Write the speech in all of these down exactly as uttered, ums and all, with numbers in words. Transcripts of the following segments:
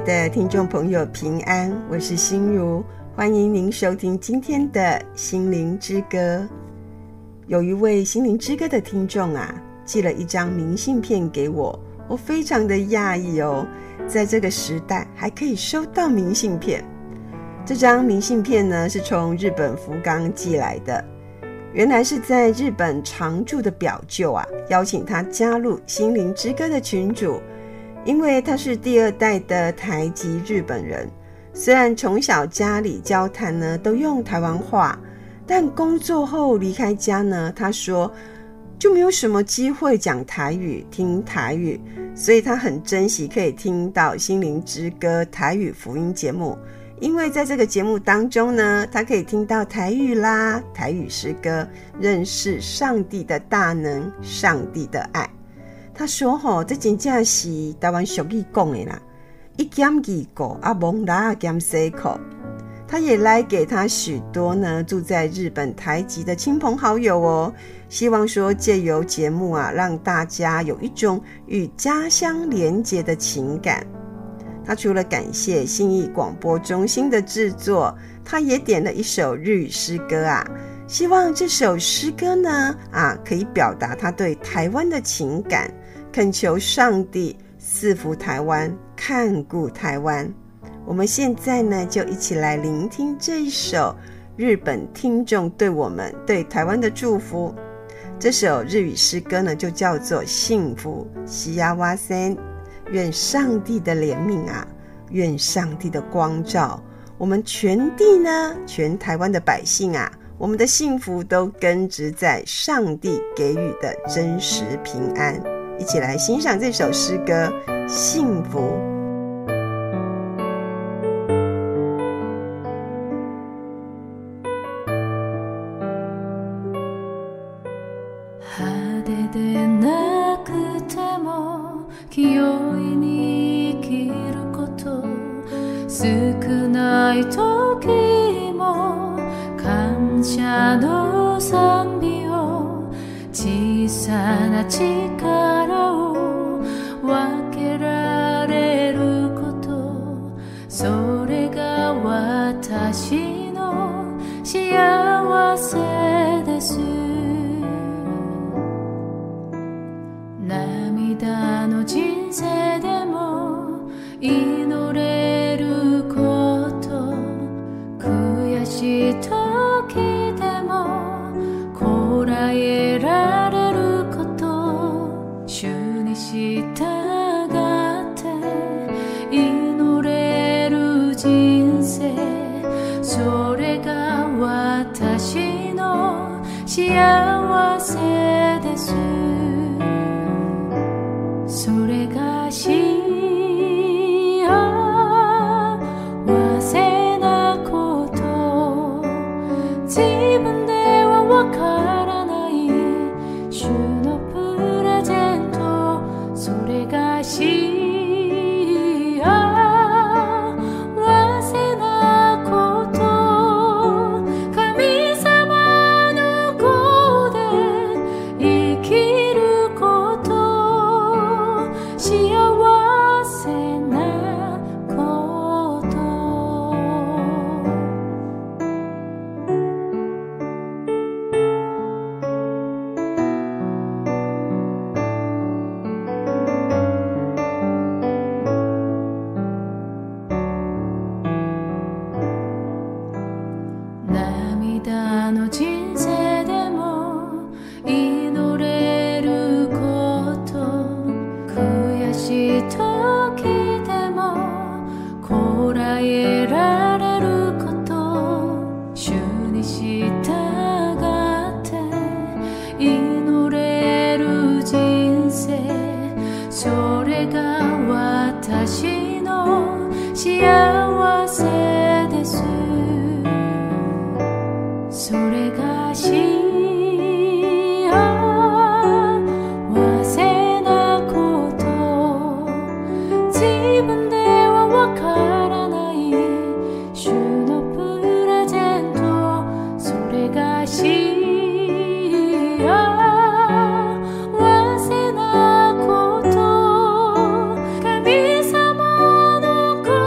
的听众朋友平安，我是心如，欢迎您收听今天的心灵之歌。有一位心灵之歌的听众啊，寄了一张明信片给我，我非常的讶异哦，在这个时代还可以收到明信片。这张明信片呢，是从日本福冈寄来的，原来是在日本常住的表舅啊，邀请他加入心灵之歌的群组。因为他是第二代的台籍日本人，虽然从小家里交谈呢都用台湾话，但工作后离开家呢，他说就没有什么机会讲台语听台语，所以他很珍惜可以听到心灵之歌台语福音节目，因为在这个节目当中呢，他可以听到台语啦，台语诗歌，认识上帝的大能，上帝的爱。他说吼，这真正是台湾俗语讲的啦，一减二个啊，蒙拉减四口。他也来给他许多呢住在日本台籍的亲朋好友哦，希望说借由节目啊，让大家有一种与家乡连结的情感。他除了感谢信义广播中心的制作，他也点了一首日语诗歌啊，希望这首诗歌呢啊可以表达他对台湾的情感，恳求上帝赐福台湾，看顾台湾。我们现在呢就一起来聆听这一首日本听众对我们对台湾的祝福。这首日语诗歌呢就叫做幸福西亚瓦森。愿上帝的怜悯啊，愿上帝的光照，我们全地呢，全台湾的百姓啊，我们的幸福都根植在上帝给予的真实平安。一起来欣赏这首诗歌《幸福》。 清いに生きること少ない時も感謝の賛美を小さな力を分けられることそれが私の幸せです涙の人生でも祈れること悔しい時でもこらえられること主に従って祈れる人生それが私の幸せですそれが幸せなこと自分ではわからない主のプレゼントそれが幸せなこと神様の子で生きること幸せなこと涙の人生でも祈れること悔しい時でもこらえられること主に従って祈れる人生それが私の幸せですそれが幸せなこと自分ではわからない主のプレゼントそれが幸せなこと神様の子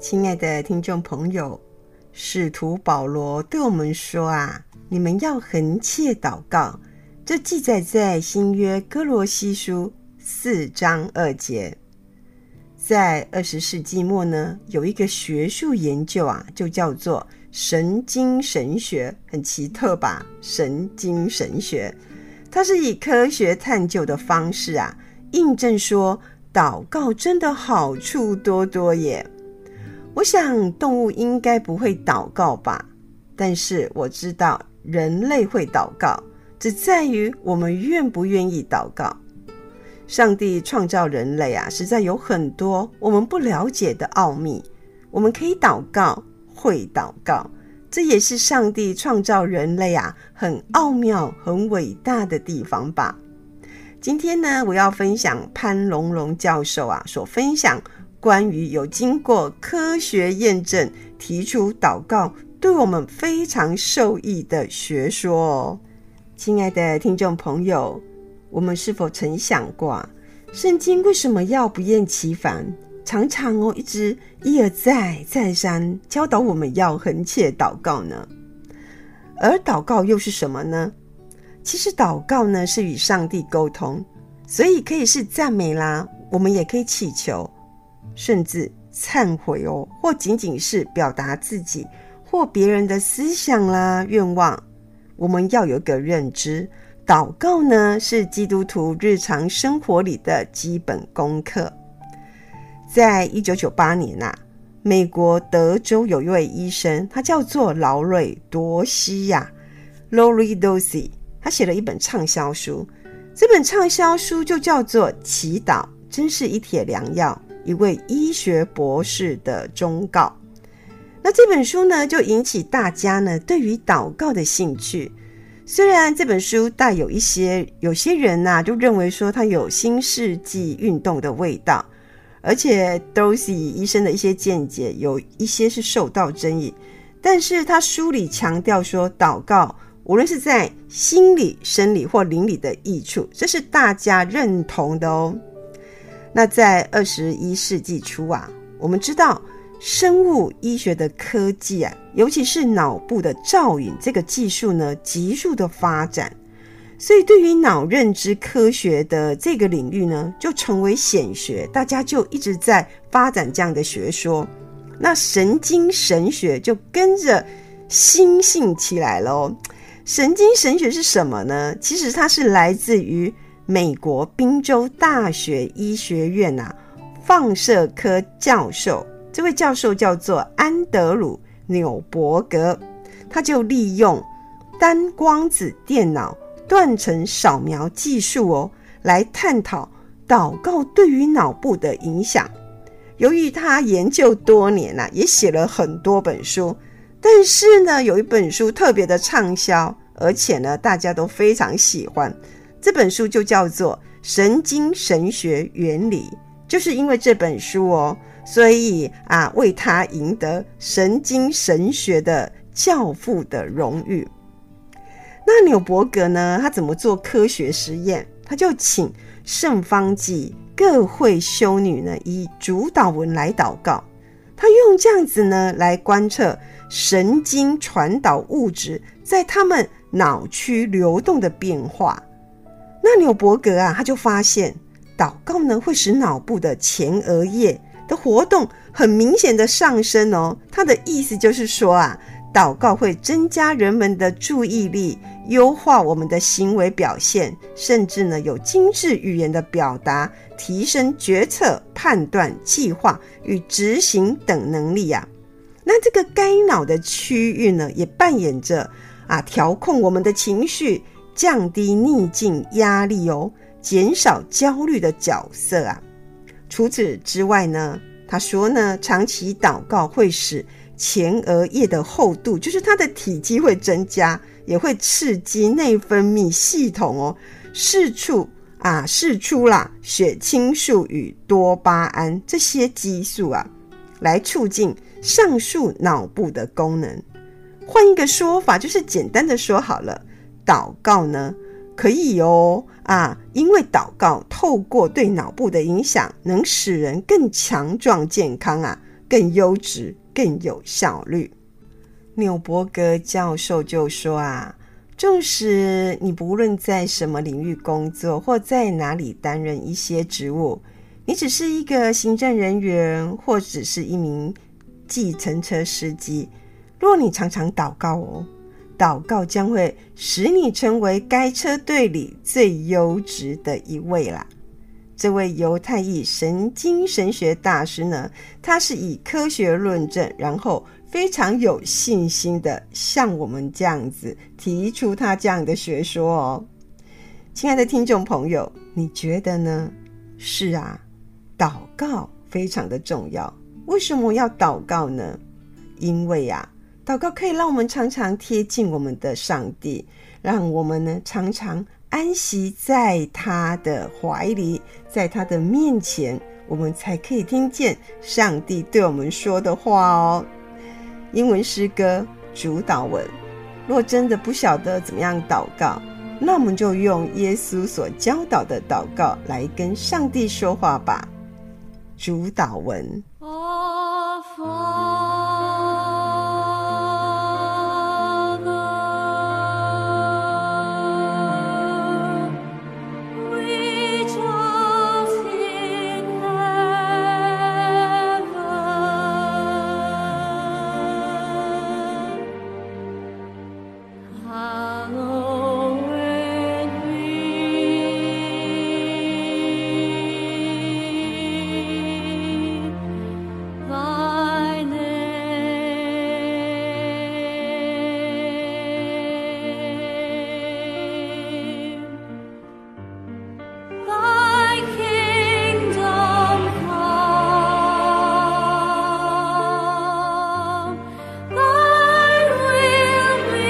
亲爱的听众朋友，使徒保罗对我们说啊，你们要恒切祷告，这记载在新约哥罗西书四章二节。在二十世纪末呢，有一个学术研究啊，就叫做神经神学，很奇特吧？神经神学，它是以科学探究的方式啊，印证说祷告真的好处多多耶。我想动物应该不会祷告吧，但是我知道人类会祷告，只在于我们愿不愿意祷告。上帝创造人类啊，实在有很多我们不了解的奥秘。我们可以祷告，会祷告，这也是上帝创造人类啊很奥妙、很伟大的地方吧。今天呢，我要分享潘龙龙教授啊所分享关于有经过科学验证提出祷告对我们非常受益的学说哦。亲爱的听众朋友，我们是否曾想过啊，圣经为什么要不厌其烦，常常哦一直一而再再三教导我们要恒切祷告呢？而祷告又是什么呢？其实祷告呢是与上帝沟通，所以可以是赞美啦，我们也可以祈求，甚至忏悔哦，或仅仅是表达自己或别人的思想啦、愿望。我们要有一个认知，祷告呢是基督徒日常生活里的基本功课。在一九九八年啊，美国德州有一位医生，他叫做劳瑞多西亚 Lori Dorsey， 他写了一本畅销书，这本畅销书就叫做《祈祷真是一帖良药》，一位医学博士的忠告。那这本书呢，就引起大家呢对于祷告的兴趣。虽然这本书带有一些有些人啊就认为说它有新世纪运动的味道，而且 Dorsey 医生的一些见解有一些是受到争议，但是他书里强调说，祷告无论是在心理、生理或灵里的益处，这是大家认同的哦。那在二十一世纪初啊，我们知道生物医学的科技啊，尤其是脑部的造影这个技术呢，急速的发展，所以对于脑认知科学的这个领域呢，就成为显学，大家就一直在发展这样的学说。那神经神学就跟着兴兴起来了哦。神经神学是什么呢？其实它是来自于美国宾州大学医学院啊放射科教授，这位教授叫做安德鲁纽伯格，他就利用单光子电脑断层扫描技术哦，来探讨祷告对于脑部的影响。由于他研究多年啊，也写了很多本书，但是呢，有一本书特别的畅销，而且呢，大家都非常喜欢。这本书就叫做《神经神学原理》，就是因为这本书哦，所以啊，为他赢得神经神学的教父的荣誉。那纽伯格呢，他怎么做科学实验？他就请圣方济各会修女呢，以主祷文来祷告。他用这样子呢，来观测神经传导物质在他们脑区流动的变化。那纽伯格啊，他就发现祷告呢，会使脑部的前额叶的活动很明显的上升哦。他的意思就是说啊，祷告会增加人们的注意力，优化我们的行为表现，甚至呢有精致语言的表达，提升决策、判断、计划与执行等能力啊。那这个该脑的区域呢，也扮演着啊调控我们的情绪，降低逆境压力哦，减少焦虑的角色啊。除此之外呢，他说呢，长期祷告会使前额叶的厚度，就是它的体积会增加，也会刺激内分泌系统哦，释出啊释出啦血清素与多巴胺这些激素啊，来促进上述脑部的功能。换一个说法，就是简单的说好了，祷告呢可以哦啊，因为祷告透过对脑部的影响，能使人更强壮健康啊， 更优质、更有效率。纽伯格教授就说啊，纵使你不论在什么领域工作，或在哪里担任一些职务，你只是一个行政人员，或只是一名计程车司机，若你常常祷告哦，祷告将会使你成为该车队里最优质的一位啦。这位犹太裔神经神学大师呢，他是以科学论证，然后非常有信心的像我们这样子提出他这样的学说哦。亲爱的听众朋友，你觉得呢？是啊，祷告非常的重要。为什么要祷告呢？因为啊，祷告可以让我们常常贴近我们的上帝，让我们呢常常安息在他的怀里，在他的面前，我们才可以听见上帝对我们说的话哦。英文诗歌主导文，若真的不晓得怎么样祷告，那我们就用耶稣所教导的祷告来跟上帝说话吧。主导文 Our Father, which art in heaven, hallowed be thy name. Thy kingdom come, thy will be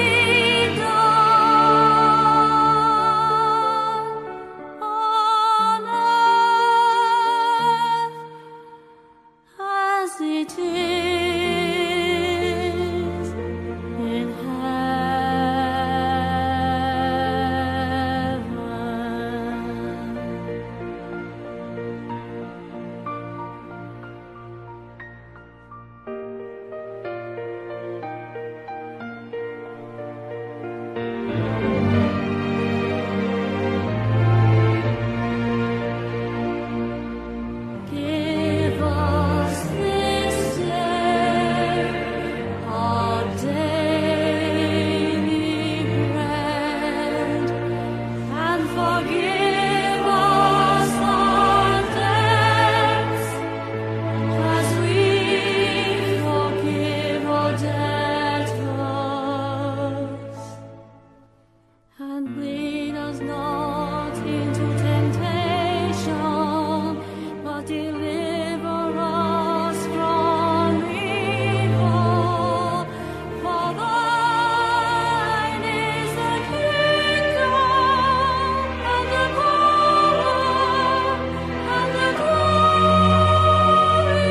done on earth as it is in Give us this day our daily bread, and forgive us our debts, as we forgive our debtors. And lead us not into temptation, but deliver us from evil. For thine is the kingdom, and the power, and the glory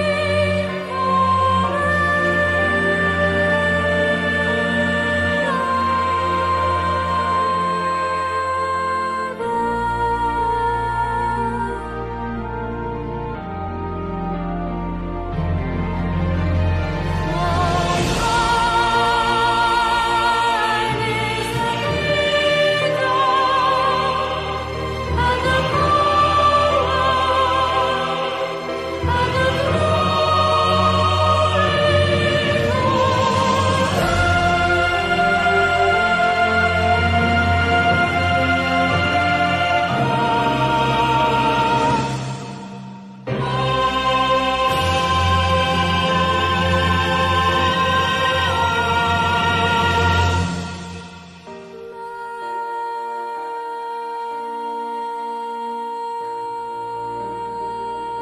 forever.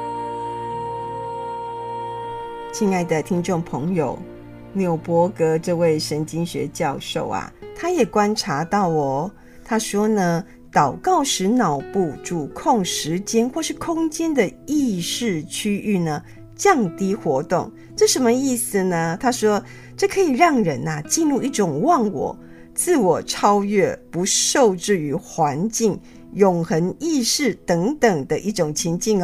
亲爱的听众朋友，纽伯格这位神经学教授啊，他也观察到哦，他说呢，祷告使脑部主控时间或是空间的意识区域呢降低活动。这什么意思呢？他说这可以让人啊进入一种忘我、自我超越、不受制于环境、永恒意识等等的一种情境哦。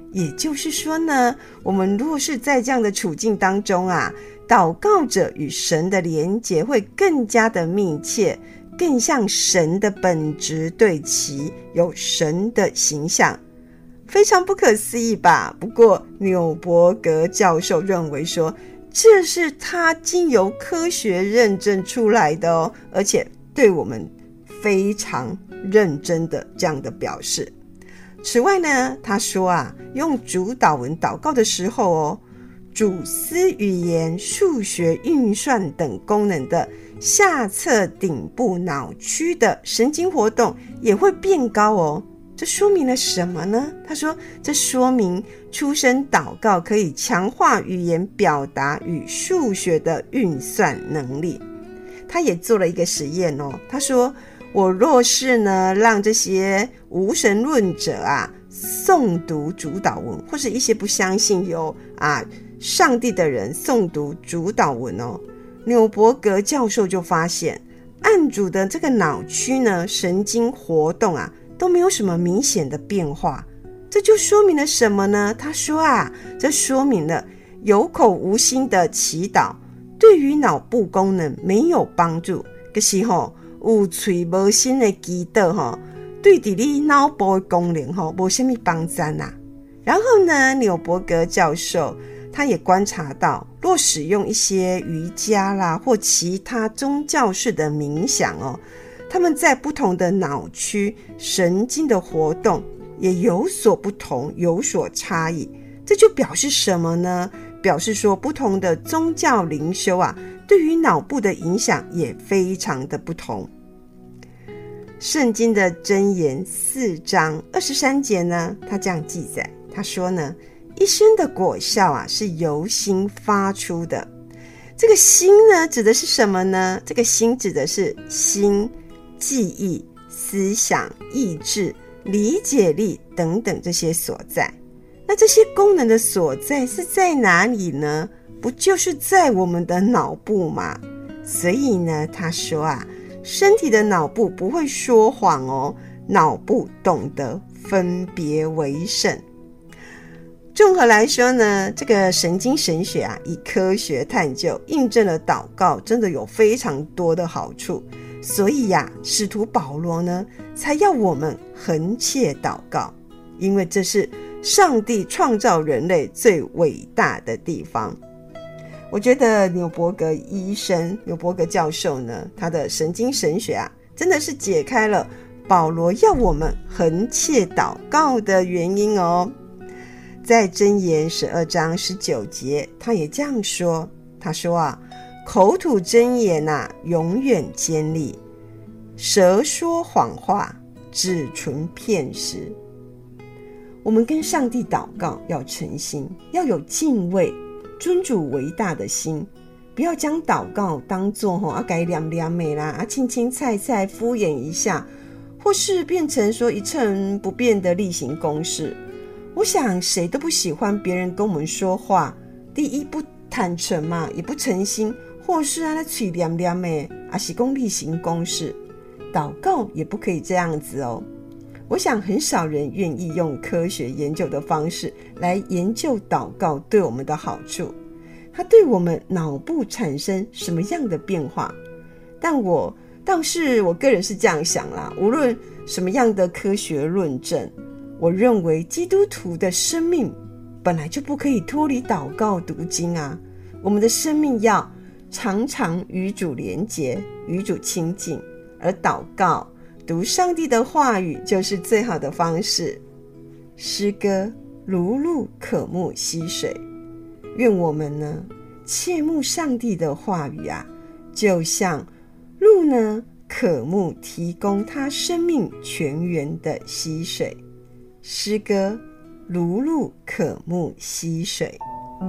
也就是说呢，我们若是在这样的处境当中啊，祷告者与神的连结会更加的密切，更像神的本质对齐，有神的形象，非常不可思议吧？不过纽伯格教授认为说，这是他经由科学认证出来的哦，而且对我们非常认真的这样的表示。此外呢，他说啊，用主祷文祷告的时候哦，主思语言、数学运算等功能的下侧顶部脑区的神经活动也会变高哦。这说明了什么呢？他说，这说明出声祷告可以强化语言表达与数学的运算能力。他也做了一个实验哦，他说，我若是呢让这些无神论者啊诵读主祷文，或是一些不相信有啊上帝的人诵读主祷文哦，纽伯格教授就发现，案主的这个脑区呢神经活动啊都没有什么明显的变化。这就说明了什么呢？他说啊，这说明了有口无心的祈祷对于脑部功能没有帮助，可是吼有嘴无心的祈祷吼，对伫你脑部的功能吼无什么帮助啊。然后呢，纽伯格教授他也观察到，若使用一些瑜伽啦或其他宗教式的冥想哦，他们在不同的脑区神经的活动也有所不同，有所差异。这就表示什么呢？表示说不同的宗教灵修啊，对于脑部的影响也非常的不同。圣经的箴言四章二十三节呢，他这样记载，他说呢，一生的果效啊是由心发出的。这个心呢指的是什么呢？这个心指的是心、记忆、思想、意志、理解力等等这些所在。那这些功能的所在是在哪里呢？不就是在我们的脑部吗？所以呢，他说啊，身体的脑部不会说谎哦，脑部懂得分别为圣。综合来说呢，这个神经神学啊，以科学探究印证了祷告真的有非常多的好处。所以呀、啊，使徒保罗呢，才要我们恒切祷告，因为这是上帝创造人类最伟大的地方。我觉得纽伯格医生、纽伯格教授呢，他的神经神学啊，真的是解开了保罗要我们恒切祷告的原因哦。在箴言十二章十九节，他也这样说，他说啊，口吐箴言啊，永远坚立；舌说谎话，只存骗食。我们跟上帝祷告要诚心，要有敬畏、尊主为大的心，不要将祷告当作吼啊改凉凉美啦，啊青青菜菜敷衍一下，或是变成说一成不变的例行公事。我想谁都不喜欢别人跟我们说话，第一不坦诚嘛，也不诚心，或是啊那嘴凉凉的，啊是讲例行公事。祷告也不可以这样子哦。我想很少人愿意用科学研究的方式来研究祷告对我们的好处，它对我们脑部产生什么样的变化。但我倒是我个人是这样想啦，无论什么样的科学论证，我认为基督徒的生命本来就不可以脱离祷告读经啊。我们的生命要常常与主连结，与主亲近，而祷告读上帝的话语就是最好的方式。诗歌如露渴慕溪水，愿我们呢切慕上帝的话语啊，就像露呢渴慕提供他生命泉源的溪水。诗歌如露渴慕溪水。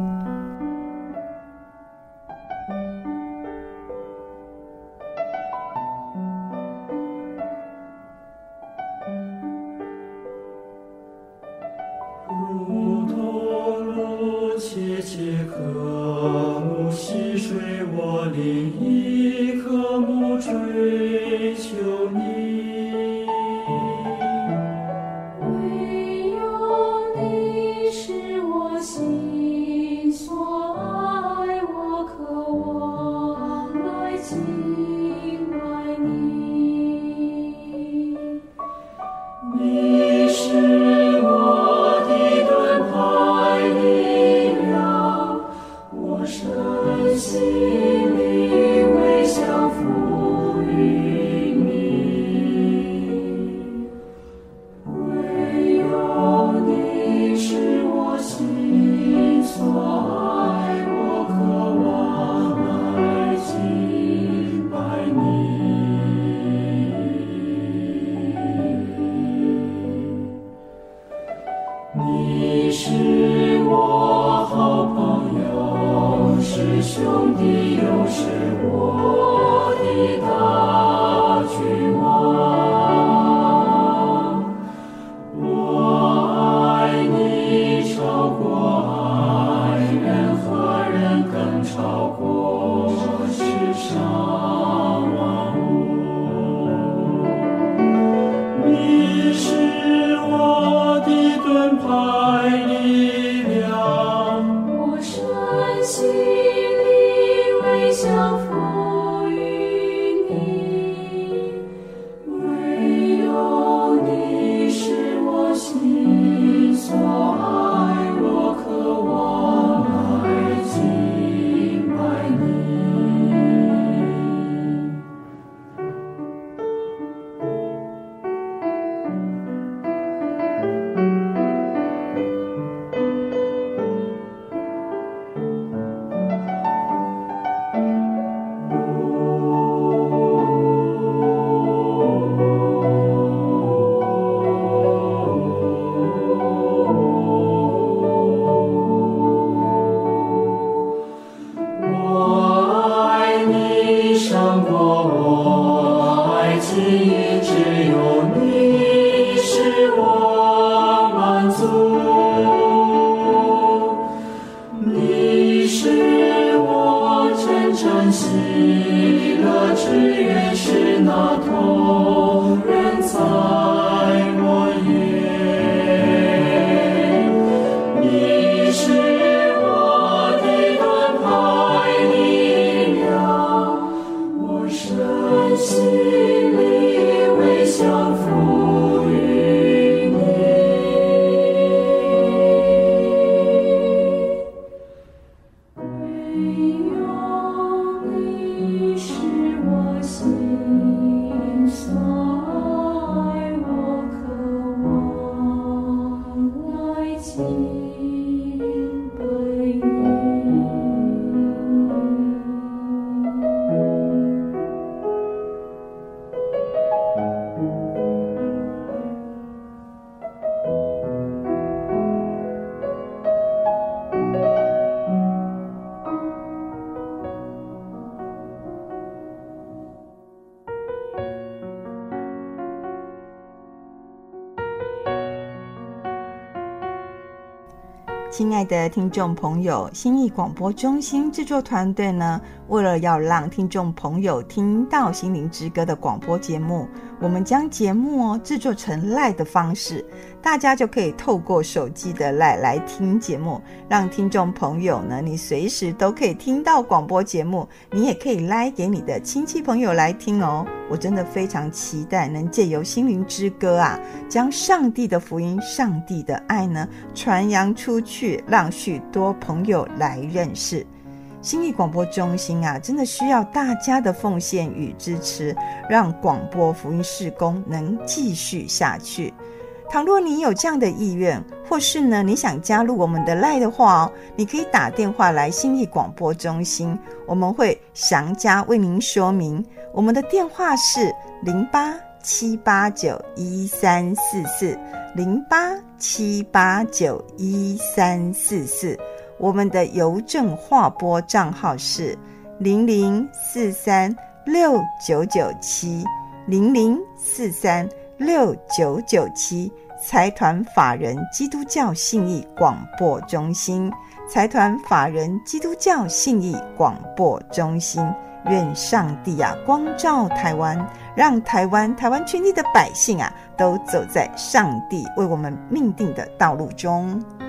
如同露切切渴慕溪水，我灵亦渴慕追求你。唯有你我的盾牌力量，我身心灵为降服于你，唯有你是我心所爱，我渴望来敬拜你。你是我好朋友，是兄弟，又是我的大君王。我爱你超过爱人和人，更超过世上万物。你是我的盾牌力量，我身心灵为降服于你，唯有你是我心所爱，我渴望来敬拜你。 亲爱的听众朋友，新义广播中心制作团队呢，为了要让听众朋友听到心灵之歌的广播节目，我们将节目哦制作成 LINE 的方式，大家就可以透过手机的 LINE 来听节目，让听众朋友呢，你随时都可以听到广播节目，你也可以 LINE 给你的亲戚朋友来听哦。我真的非常期待能借由心灵之歌啊，将上帝的福音、上帝的爱呢传扬出去，让许多朋友来认识。新义广播中心啊，真的需要大家的奉献与支持，让广播福音事工能继续下去。倘若你有这样的意愿，或是呢你想加入我们的 LINE 的话哦，你可以打电话来新义广播中心，我们会详加为您说明。我们的电话是零八七八九一三四四 零八七八九一三四四，我们的邮政划拨账号是零零四三六九九七零零四三六九九七，财团法人基督教信义广播中心，财团法人基督教信义广播中心。愿上帝啊光照台湾，让台湾台湾全体的百姓啊都走在上帝为我们命定的道路中。